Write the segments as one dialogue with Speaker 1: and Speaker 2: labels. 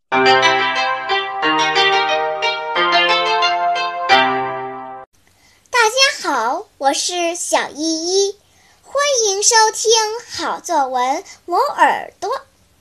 Speaker 1: 大家好，我是小依依，欢迎收听好作文磨耳朵。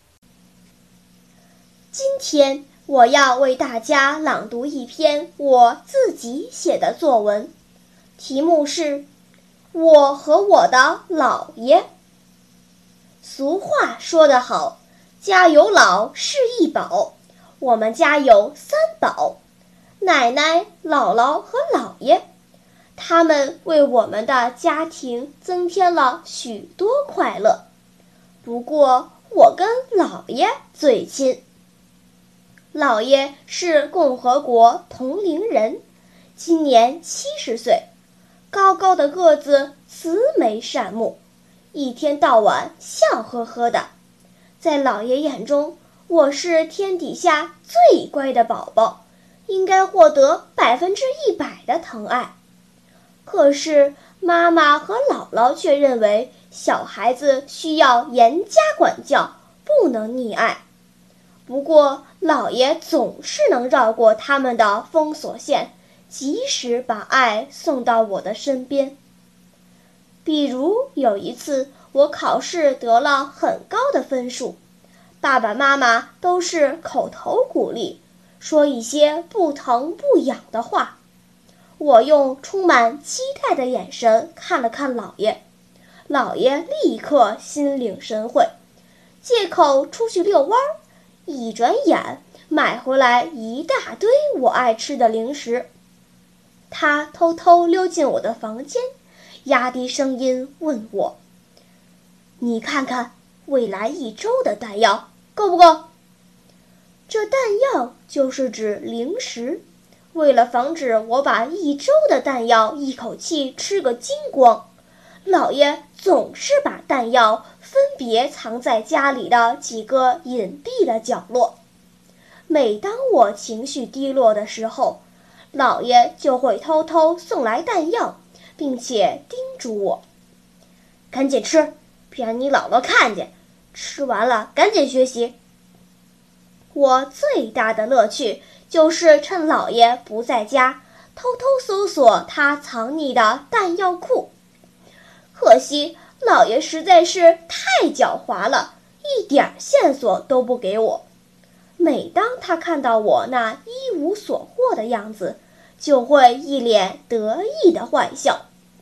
Speaker 1: 今天我要为大家朗读一篇我自己写的作文，题目是《我和我的姥爷》。俗话说得好，家有老是一宝，我们家有三宝，奶奶、姥姥和姥爷，他们为我们的家庭增添了许多快乐。不过我跟姥爷最亲。姥爷是共和国同龄人，今年70岁，高高的个子，慈眉善目，一天到晚笑呵呵的。在姥爷眼中，我是天底下最乖的宝宝，应该获得100%的疼爱。可是妈妈和姥姥却认为小孩子需要严加管教，不能溺爱。不过姥爷总是能绕过他们的封锁线，及时把爱送到我的身边。比如有一次我考试得了很高的分数，爸爸妈妈都是口头鼓励，说一些不疼不痒的话。我用充满期待的眼神看了看姥爷，姥爷立刻心领神会，借口出去遛弯，一转眼买回来一大堆我爱吃的零食。他偷偷溜进我的房间，压低声音问我：“你看看，未来1周的弹药够不够？”这弹药就是指零食。为了防止我把1周的弹药一口气吃个精光，姥爷总是把弹药分别藏在家里的几个隐蔽的角落。每当我情绪低落的时候，姥爷就会偷偷送来弹药，并且叮嘱我：“赶紧吃，别让你姥姥看见，吃完了赶紧学习。”我最大的乐趣就是趁姥爷不在家，偷偷搜索他藏匿的弹药库。可惜姥爷实在是太狡猾了，一点线索都不给我。每当他看到我那一无所获的样子，就会一脸得意的坏笑。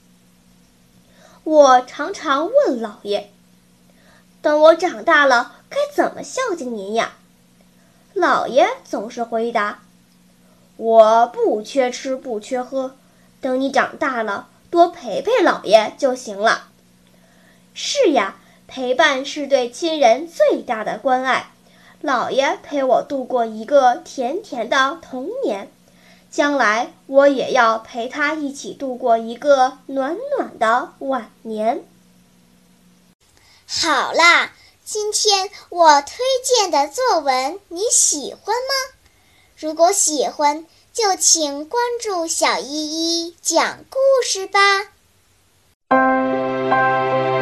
Speaker 1: 我常常问姥爷：“等我长大了，该怎么孝敬您呀？”姥爷总是回答：“我不缺吃不缺喝，等你长大了，多陪陪姥爷就行了。”是呀，陪伴是对亲人最大的关爱。姥爷陪我度过一个甜甜的童年，将来我也要陪他一起度过一个暖暖的晚年。好啦，今天我推荐的作文你喜欢吗？如果喜欢，就请关注小依依讲故事吧。